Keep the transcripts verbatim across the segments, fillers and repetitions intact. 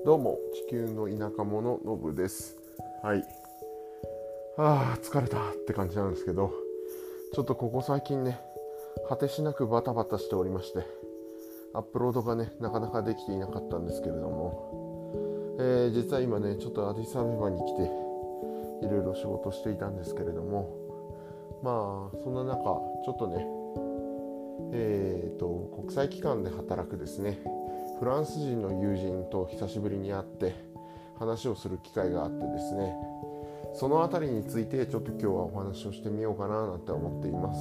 どうも地球の田舎者のぶです。はい。ああ疲れたって感じなんですけど、ちょっとここ最近ね、果てしなくバタバタしておりまして、アップロードがねなかなかできていなかったんですけれども、えー、実は今ねちょっとアディスアベバに来ていろいろ仕事していたんですけれども、まあそんな中ちょっとねえーと国際機関で働くですねフランス人の友人と久しぶりに会って話をする機会があってですね、そのあたりについてちょっと今日はお話をしてみようかななんて思っています。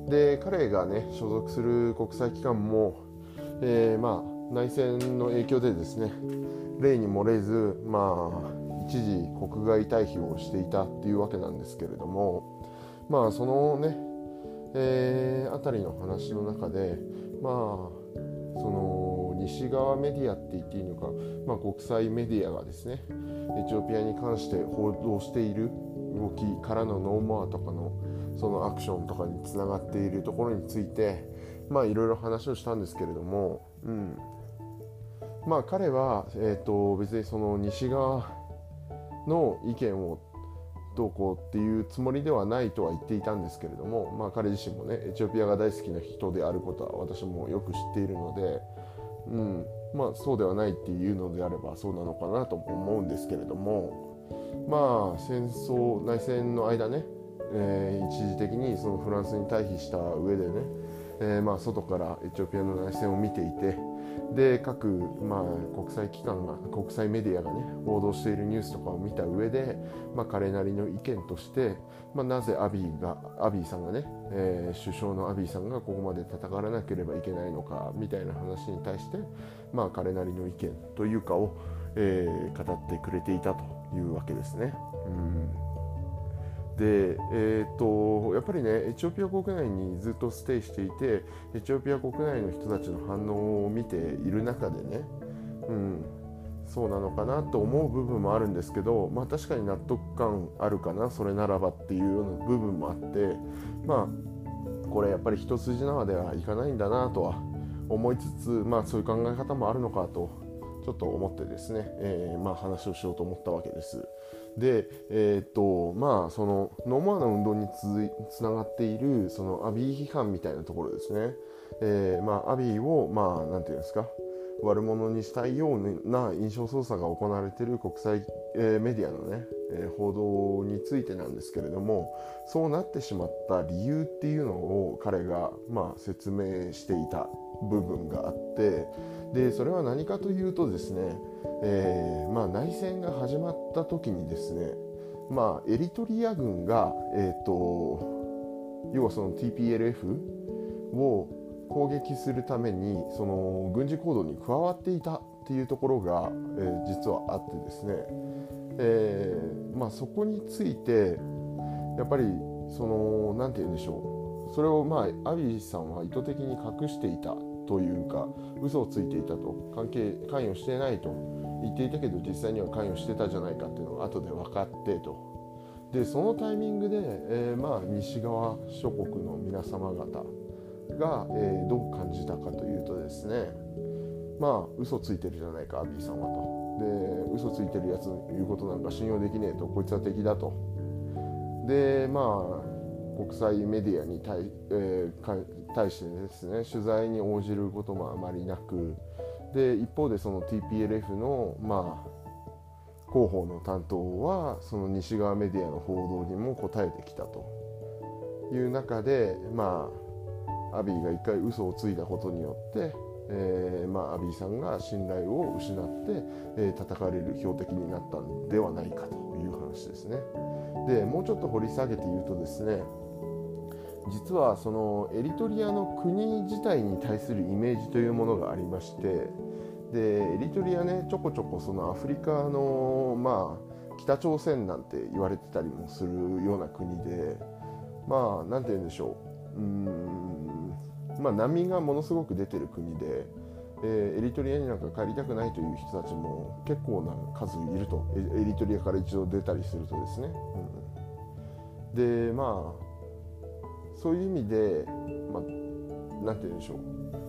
で、彼がね所属する国際機関も、えー、まあ内戦の影響でですね、例に漏れずまあ一時国外退避をしていたっていうわけなんですけれども、まあそのね、えー、あたりの話の中で、まあその西側メディアって言っていいのか、まあ、国際メディアがですねエチオピアに関して報道している動きからのノーモアとかのそのアクションとかにつながっているところについて、まあいろいろ話をしたんですけれども、うん、まあ彼は、えーと、別にその西側の意見をどうこうっていうつもりではないとは言っていたんですけれども、まあ彼自身もねエチオピアが大好きな人であることは私もよく知っているので、うん、まあそうではないっていうのであればそうなのかなと思うんですけれども、まあ戦争内戦の間ね、えー、一時的にそのフランスに退避した上でね、えー、まあ外からエチオピアの内戦を見ていて、で各、まあ、国際機関が国際メディアがね報道しているニュースとかを見た上で、まあ、彼なりの意見として、まあ、なぜアビーがアビーさんがね、えー、首相のアビーさんがここまで戦わなければいけないのかみたいな話に対して、まあ、彼なりの意見というかを、えー、語ってくれていたというわけですね。うんで、えー、とやっぱりねエチオピア国内にずっとステイしていて、エチオピア国内の人たちの反応を見ている中でね、うん、そうなのかなと思う部分もあるんですけど、まあ確かに納得感あるかなそれならばっていうような部分もあって、まあこれやっぱり一筋縄ではいかないんだなとは思いつつ、まあそういう考え方もあるのかとちょっと思ってですね、えー、まあ話をしようと思ったわけです。で、えー、っとまあそのノーマーの運動につつながっているそのアビー批判みたいなところですね。えー、まあアビーをまあなんていうんですか、悪者にしたいような印象操作が行われている国際、えー、メディアのね、えー、報道についてなんですけれども、そうなってしまった理由っていうのを彼がまあ説明していた部分があって、でそれは何かというとですね、えーまあ、内戦が始まった時にですね、まあ、エリトリア軍が、えーと、要はその ティーピーエルエフ を攻撃するためにその軍事行動に加わっていたっていうところが、えー、実はあってですね、えーまあ、そこについてやっぱりそのなんて言うんでしょう、それをまあアビーさんは意図的に隠していたというか嘘をついていたと、関係関与してないと言っていたけど実際には関与してたじゃないかっていうのが後で分かってと、でそのタイミングで、えー、まあ西側諸国の皆様方が、えー、どう感じたかというとですね、まあ嘘ついてるじゃないかアビーさんはと、で嘘ついてるやつの言うことなんか信用できねえと、こいつは敵だと、でまあ国際メディアに対、えー、対してですね取材に応じることもあまりなく、で一方でその ティーピーエルエフ のまあ広報の担当はその西側メディアの報道にも答えてきたという中で、まあアビーが一回嘘をついたことによって、えーまあ、アビーさんが信頼を失って、えー、叩かれる標的になったんではないかという話ですね。でもうちょっと掘り下げて言うとですね、実はそのエリトリアの国自体に対するイメージというものがありまして、でエリトリアねちょこちょこそのアフリカのまあ北朝鮮なんて言われてたりもするような国で、まあなんて言うんでしょう、うーんまあ難民がものすごく出てる国で、えー、エリトリアになんか帰りたくないという人たちも結構な数いると、エリトリアから一度出たりするとですね、うん、でまあそういう意味で、まあ、なんて言うんでしょう、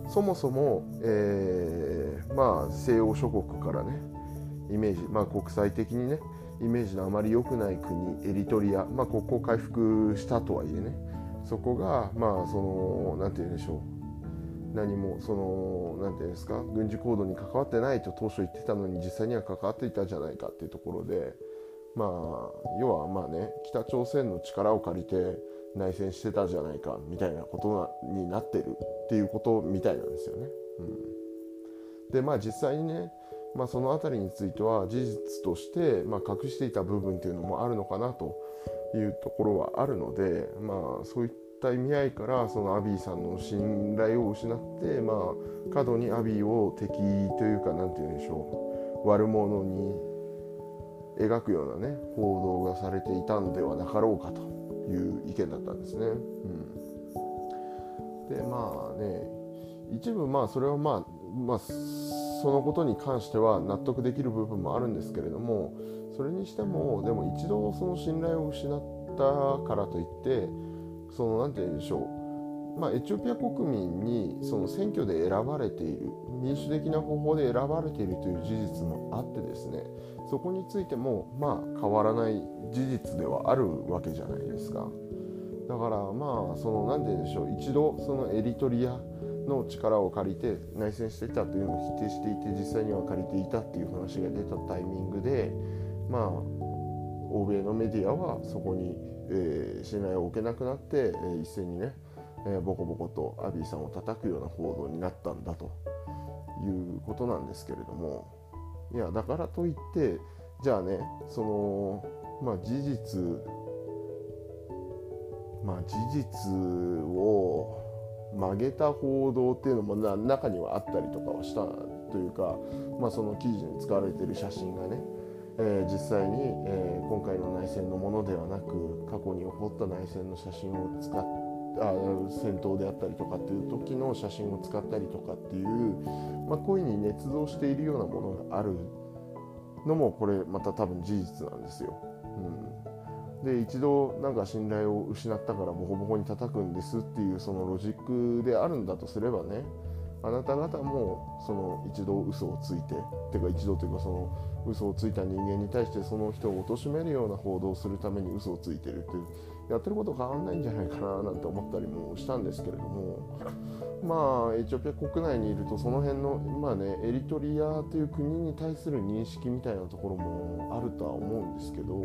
そもそも、えーまあ、西欧諸国からねイメージ、まあ、国際的にねイメージのあまり良くない国エリトリア、まあ、国交回復したとはいえね、そこがまあそのなんて言うんでしょう、何もそのなんて言うんですか、軍事行動に関わってないと当初言ってたのに実際には関わっていたじゃないかっていうところで、まあ要はまあね、北朝鮮の力を借りて内戦してたじゃないかみたいなことになってるっていうことみたいなんですよね。うん、でまあ実際にね、まあ、そのあたりについては事実として、まあ、隠していた部分っていうのもあるのかなというところはあるので、まあ、そういった意味合いからそのアビーさんの信頼を失って、まあ、過度にアビーを敵というかなんて言うんでしょう、悪者に描くようなね報道がされていたのではなかろうかという意見だったんですね。うん、でまあね、一部まあそれはまあまあそのことに関しては納得できる部分もあるんですけれども、それにしてもでも一度その信頼を失ったからといってそのなんて言うんでしょう、まあ、エチオピア国民にその選挙で選ばれている、民主的な方法で選ばれているという事実もあってですね、そこについてもまあ変わらない事実ではあるわけじゃないですか。だからまあそのなんて言うんでしょう、一度そのエリトリアの力を借りて内戦していたというのを否定していて実際には借りていたっていう話が出たタイミングで、まあ欧米のメディアはそこに、えー、信頼を置けなくなって、えー、一斉にね、えー、ボコボコとアビーさんを叩くような報道になったんだということなんですけれども、いやだからといってじゃあね、そのまあ事実まあ事実を曲げた報道っていうのもな中にはあったりとかはしたというか、まあ、その記事に使われている写真がね、えー、実際に、えー、今回の内戦のものではなく過去に起こった内戦の写真を使っあ戦闘であったりとかっていう時の写真を使ったりとかっていう、まあ、故意に捏造しているようなものがあるのもこれまた多分事実なんですよ。うん、で一度なんか信頼を失ったからボコボコに叩くんですっていうそのロジックであるんだとすればね、あなた方もその一度嘘をついててか一度というかその嘘をついた人間に対してその人を貶めるような報道をするために嘘をついてるっていう、やってること変わんないんじゃないかななんて思ったりもしたんですけれども、まあエチオピア国内にいるとその辺のまあねエリトリアという国に対する認識みたいなところもあるとは思うんですけど、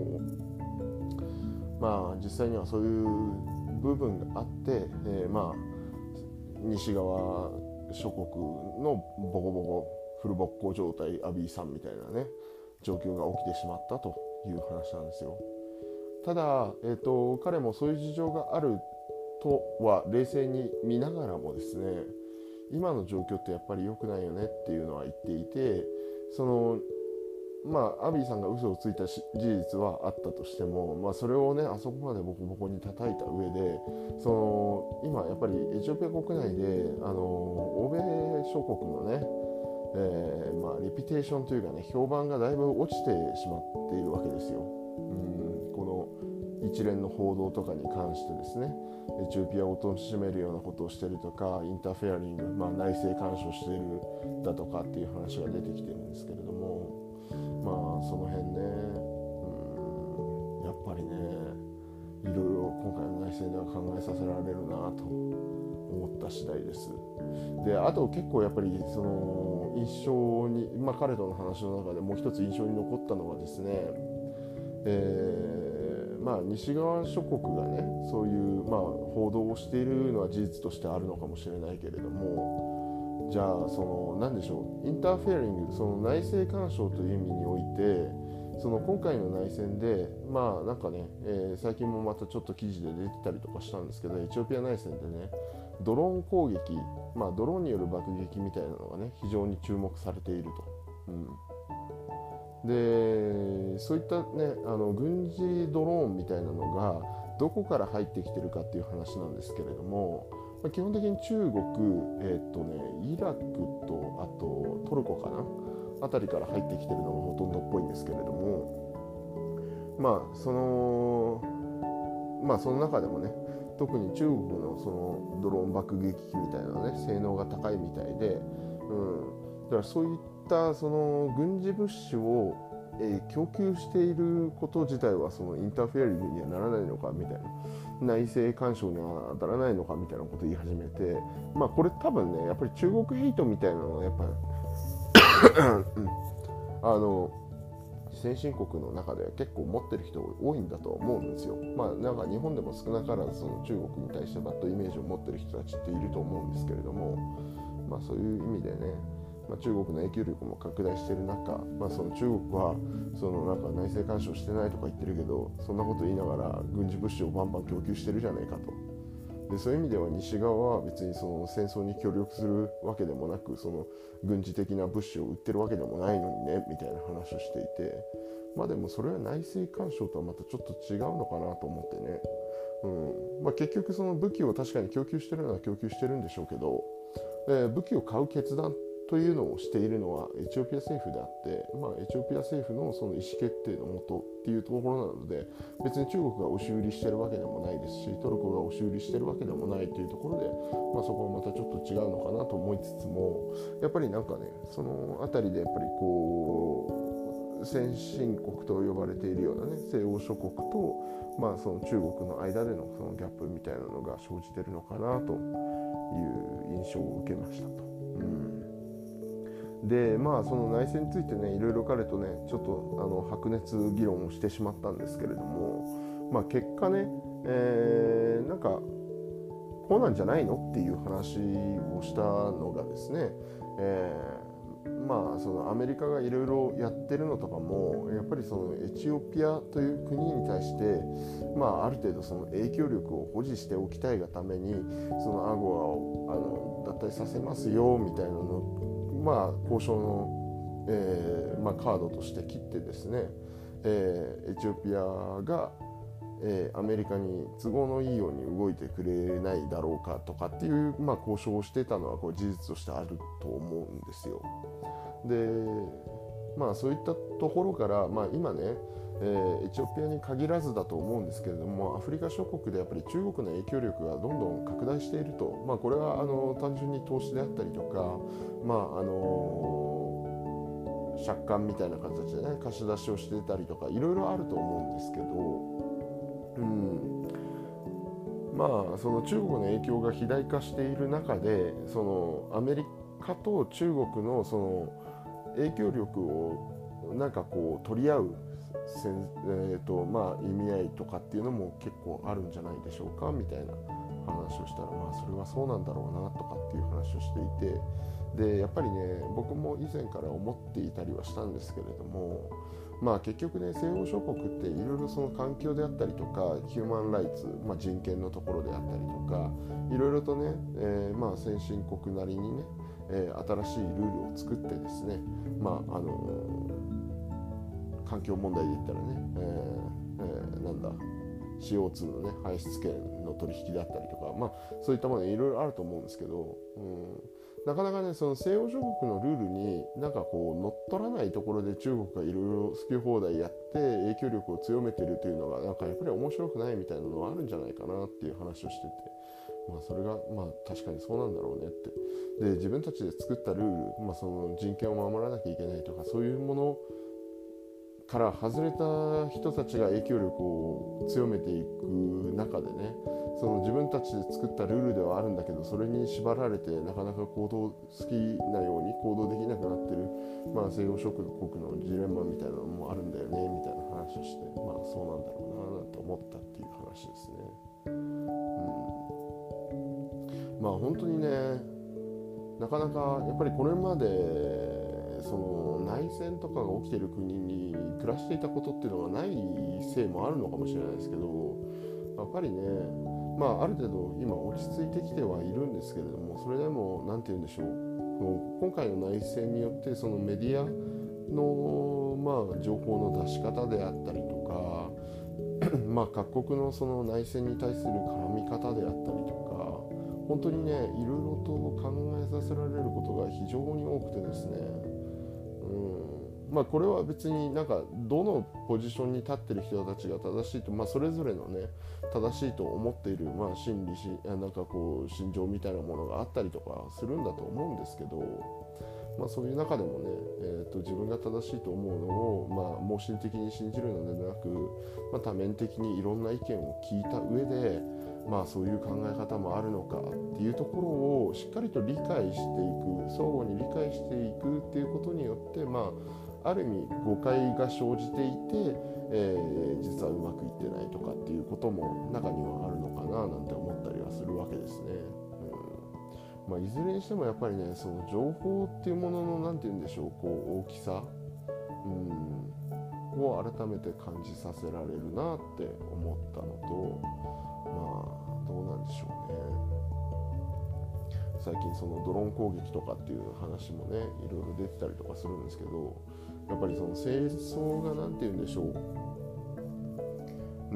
まあ実際にはそういう部分があって、えー、まあ西側諸国のボコボコフルボッコ状態アビーさんみたいなね状況が起きてしまったという話なんですよ。ただ、えーと、彼もそういう事情があるとは冷静に見ながらもですね、今の状況ってやっぱり良くないよねっていうのは言っていて、そのまあアビーさんが嘘をついた事実はあったとしても、まあ、それをねあそこまでボコボコに叩いた上で、その今やっぱりエチオピア国内であの欧米諸国のね、えーまあ、レピュテーションというかね評判がだいぶ落ちてしまっているわけですよ。うんこの一連の報道とかに関してですね、エチオピアを貶めるようなことをしているとかインターフェアリング、まあ、内政干渉しているだとかっていう話が出てきてるんですけれども、まあその辺ね、うんやっぱりねいろいろ今回の内戦では考えさせられるなと思った次第です。であと結構やっぱりその印象に、まあ、彼との話の中でもう一つ印象に残ったのはですね、えーまあ、西側諸国がねそういう、まあ、報道をしているのは事実としてあるのかもしれないけれども、じゃあその何でしょう、インターフェアリング、その内政干渉という意味において、その今回の内戦でまあなんかね、えー、最近もまたちょっと記事で出てたりとかしたんですけど、エチオピア内戦でねドローン攻撃、まあドローンによる爆撃みたいなのがね非常に注目されていると。うん、でそういったねあの軍事ドローンみたいなのがどこから入ってきてるかっていう話なんですけれども、まあ、基本的に中国、えーっとね、イラクとあとトルコかなあたりから入ってきてるのがほとんどっぽいんですけれども、まあそのまあその中でもね特に中国のそのドローン爆撃機みたいなね性能が高いみたいで、うん、だからそういったその軍事物資を、えー、供給していること自体はそのインターフェアリングにはならないのかみたいな、内政干渉には当たらないのかみたいなことを言い始めて、まあこれ多分ねやっぱり中国ヘイトみたいなのはやっぱうん、あの先進国の中では結構持ってる人多いんだと思うんですよ。まあなんか日本でも少なからずその中国に対してバッドイメージを持ってる人たちっていると思うんですけれども、まあそういう意味でね、まあ、中国の影響力も拡大している中、まあ、その中国はそのなんか内政干渉してないとか言ってるけど、そんなこと言いながら軍事物資をバンバン供給してるじゃないかと。でそういう意味では西側は別にその戦争に協力するわけでもなく、その軍事的な物資を売ってるわけでもないのにねみたいな話をしていて、まあでもそれは内政干渉とはまたちょっと違うのかなと思ってね、うんまあ、結局その武器を確かに供給してるのは供給してるんでしょうけど、えー、武器を買う決断というのをしているのはエチオピア政府であって、まあ、エチオピア政府のその意思決定のもとっていうところなので、別に中国が押し売りしてるわけでもないですし、トルコが押し売りしてるわけでもないというところで、まあ、そこはまたちょっと違うのかなと思いつつも、やっぱりなんかねそのあたりでやっぱりこう先進国と呼ばれているようなね西欧諸国と、まあ、その中国の間でのそのギャップみたいなのが生じているのかなという印象を受けましたと。でまあその内戦についてねいろいろ彼とねちょっとあの白熱議論をしてしまったんですけれども、まあ結果ね、えー、なんかこうなんじゃないのっていう話をしたのがですね、えー、まあそのアメリカがいろいろやってるのとかもやっぱりそのエチオピアという国に対してまあある程度その影響力を保持しておきたいがためにそのアゴアをあの脱退させますよみたいなのをまあ、交渉の、えーまあ、カードとして切ってですね、えー、エチオピアが、えー、アメリカに都合のいいように動いてくれないだろうかとかっていう、まあ、交渉をしていたのはこう事実としてあると思うんですよ。で、まあ、そういったところから、まあ、今ねえー、エチオピアに限らずだと思うんですけれども、アフリカ諸国でやっぱり中国の影響力がどんどん拡大していると、まあ、これはあの単純に投資であったりとか、まああのー、借款みたいな形でね貸し出しをしていたりとかいろいろあると思うんですけど、うん、まあその中国の影響が肥大化している中でそのアメリカと中国のその影響力をなんかこう取り合うせん、えーとまあ、意味合いとかっていうのも結構あるんじゃないでしょうかみたいな話をしたら、まあそれはそうなんだろうなとかっていう話をしていて、でやっぱりね僕も以前から思っていたりはしたんですけれども、まあ結局ね西欧諸国っていろいろその環境であったりとかヒューマンライツ、まあ、人権のところであったりとかいろいろとね、えー、まあ先進国なりにね、えー、新しいルールを作ってですね、まああのー環境問題で言ったらね、えーえー、なんだ シーオーツー のね排出権の取引であったりとか、まあそういったものいろいろあると思うんですけど、うん、なかなかねその西欧諸国のルールになんかこう乗っ取らないところで中国がいろいろ好き放題やって影響力を強めてるというのがなんかやっぱり面白くないみたいなのはあるんじゃないかなっていう話をしてて、まあそれがまあ確かにそうなんだろうねって、で自分たちで作ったルール、まあその人権を守らなきゃいけないとかそういうものから外れた人たちが影響力を強めていく中でね、その自分たちで作ったルールではあるんだけどそれに縛られてなかなか行動好きなように行動できなくなってる、まあ、西欧諸国のジレンマみたいなのもあるんだよねみたいな話をして、まあそうなんだろうなと思ったっていう話ですね。うん、まあ本当にねなかなかやっぱりこれまでその内戦とかが起きている国に暮らしていたことっていうのがないせいもあるのかもしれないですけど、やっぱりね、まあある程度今落ち着いてきてはいるんですけれども、それでもなんて言うんでしょう、今回の内戦によってそのメディアのまあ情報の出し方であったりとかまあ各国のその内戦に対する絡み方であったりとか、本当にねいろいろと考えさせられることが非常に多くてですね、うん、 まあこれは別になんかどのポジションに立ってる人たちが正しいと、まあ、それぞれのね正しいと思っている、まあ、心理しなんかこう心情みたいなものがあったりとかするんだと思うんですけど、まあ、そういう中でもね、えー、と自分が正しいと思うのを、まあ、盲信的に信じるのではなく、まあ、多面的にいろんな意見を聞いた上で、まあ、そういう考え方もあるのかっていうところをしっかりと理解していく、相互に理解していくっていうことによって、まあ、ある意味誤解が生じていて、えー、実はうまくいってないとかっていうことも中にはあるのかななんて思ったりはするわけですね。まあ、いずれにしてもやっぱりね、その情報っていうもののなんて言うんでしょう、こう大きさ、うん、を改めて感じさせられるなって思ったのと、まあどうなんでしょうね。最近そのドローン攻撃とかっていう話もね、いろいろ出てたりとかするんですけど、やっぱりその戦争がなんて言うんでしょう、うん、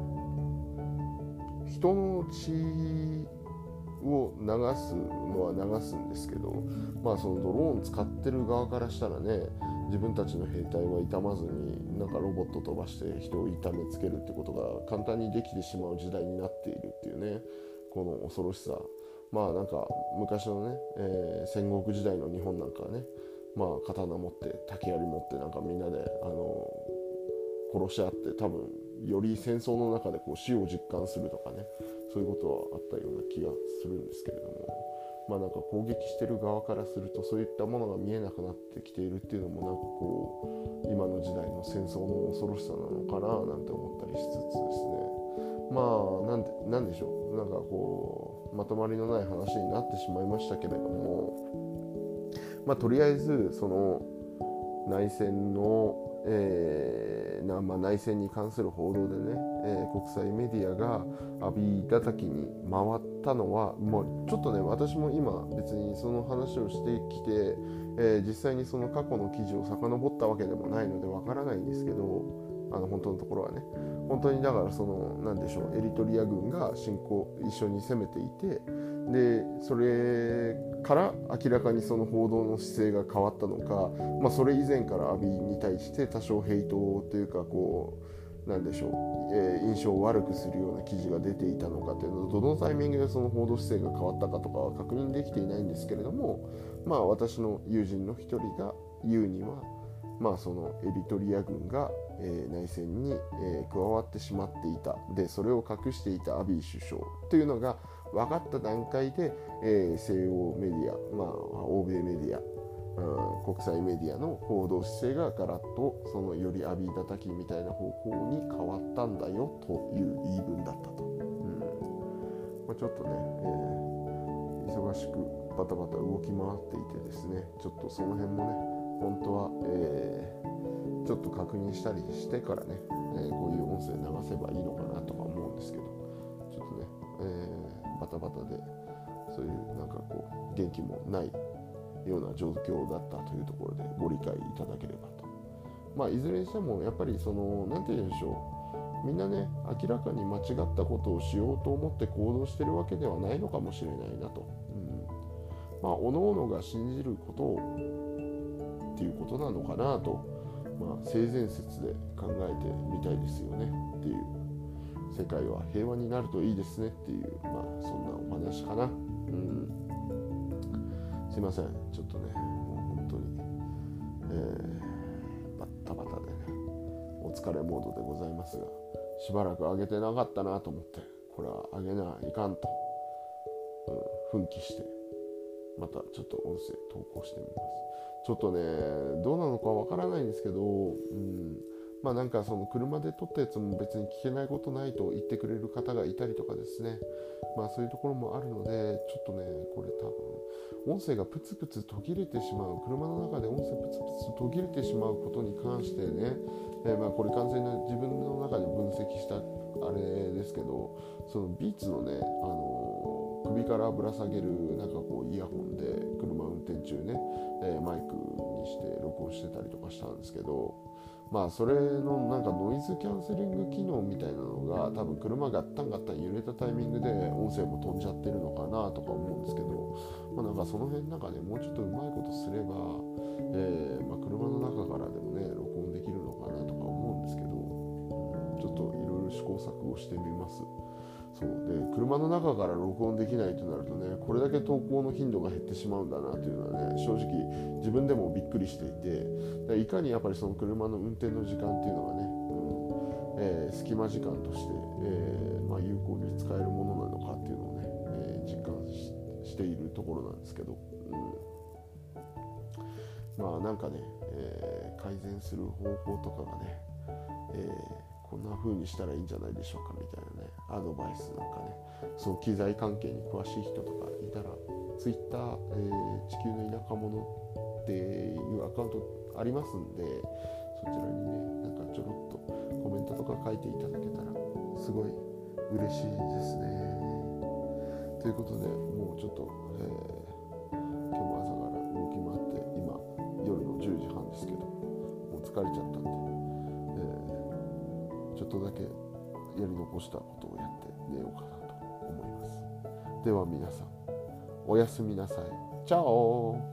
人の血を流すのは流すんですけど、まあそのドローン使ってる側からしたらね、自分たちの兵隊は傷まずになんかロボット飛ばして人を痛めつけるってことが簡単にできてしまう時代になっているっていうね、この恐ろしさ。まあなんか昔のね、えー、戦国時代の日本なんかはね、まあ刀持って竹槍持ってなんかみんなであの殺し合って、多分より戦争の中でこう死を実感するとかね、そういうことはあったような気がするんですけれども、まあなんか攻撃してる側からするとそういったものが見えなくなってきているっていうのもなんかこう今の時代の戦争の恐ろしさなのかななんて思ったりしつつですね、まあなんで、なんでしょう、なんかこうまとまりのない話になってしまいましたけれども、まあとりあえずその内戦のえーなまあ、内戦に関する報道でね、えー、国際メディアがアビ叩きに回ったのは、もうちょっとね、私も今別にその話をしてきて、えー、実際にその過去の記事を遡ったわけでもないのでわからないんですけど、あの本当のところはね、本当にだからそのなんでしょう、エリトリア軍が侵攻一緒に攻めていて、でそれから明らかにその報道の姿勢が変わったのか、まあ、それ以前からアビに対して多少ヘイトというかこうなんでしょう、えー、印象を悪くするような記事が出ていたのかというのを、どのタイミングでその報道姿勢が変わったかとかは確認できていないんですけれども、まあ私の友人の一人が言うには、まあそのエリトリア軍が、えー、内戦に、えー、加わってしまっていた、でそれを隠していたアビー首相というのが分かった段階で、えー、西欧メディア、まあ、欧米メディア、うん、国際メディアの報道姿勢がガラッとそのよりアビー叩きみたいな方向に変わったんだよという言い分だったと、うんまあ、ちょっとね、えー、忙しくバタバタ動き回っていてですね、ちょっとその辺もね本当は、えー、ちょっと確認したりしてからね、えー、こういう音声流せばいいのかなとか思うんですけど、ちょっとね、えー、バタバタでそういうなんかこう元気もないような状況だったというところでご理解いただければと。まあいずれにしてもやっぱりそのなんて言うんでしょう、みんなね明らかに間違ったことをしようと思って行動してるわけではないのかもしれないなと、うん、まあ各々が信じることをっていうことなのかなと、まあ、性善説で考えてみたいですよねっていう、世界は平和になるといいですねっていう、まあそんなお話かな。うん、すいません、ちょっとねもう本当に、えー、バッタバタでねお疲れモードでございますが、しばらく上げてなかったなと思って、これは上げないかんと、うん、奮起してまたちょっと音声投稿してみます。ちょっとねどうなのかわからないんですけど、うん、まあなんかその車で撮ったやつも別に聞けないことないと言ってくれる方がいたりとかですね、まあそういうところもあるので、ちょっとねこれ多分音声がプツプツ途切れてしまう、車の中で音声プツプツ途切れてしまうことに関してね、えー、まあこれ完全な自分の中で分析したあれですけど、そのビーツのね、あのー、首からぶら下げるなんかこうイヤホンで車運転中ね、えー、マイクにして録音してたりとかしたんですけど、まあそれのなんかノイズキャンセリング機能みたいなのが多分車がガッタンガッタン揺れたタイミングで音声も飛んじゃってるのかなとか思うんですけど、まあ、なんかその辺なんかねもうちょっとうまいことすれば、えーまあ、車の中からでもね録音できるのかなとか思うんですけど、ちょっといろいろ試行錯誤してみます。そうで車の中から録音できないとなるとね、これだけ投稿の頻度が減ってしまうんだなというのはね、正直自分でもびっくりしていて、いかにやっぱりその車の運転の時間っていうのがね、うんえー、隙間時間として、えーまあ、有効に使えるものなのかっていうのをね、えー、実感 し, しているところなんですけど、うん、まあなんかね、えー、改善する方法とかがね、えーこんな風にしたらいいんじゃないでしょうかみたいなねアドバイスなんかね、その機材関係に詳しい人とかいたら Twitter、えー、地球の田舎者っていうアカウントありますんで、そちらにねなんかちょろっとコメントとか書いていただけたらすごい嬉しいですね。ということでもうちょっと、えー、今日も朝から動き回って今夜のじゅうじはんですけどもう疲れちゃったんで、ちょっとだけやり残したことをやって寝ようかなと思います。では皆さん、おやすみなさい。チャオ。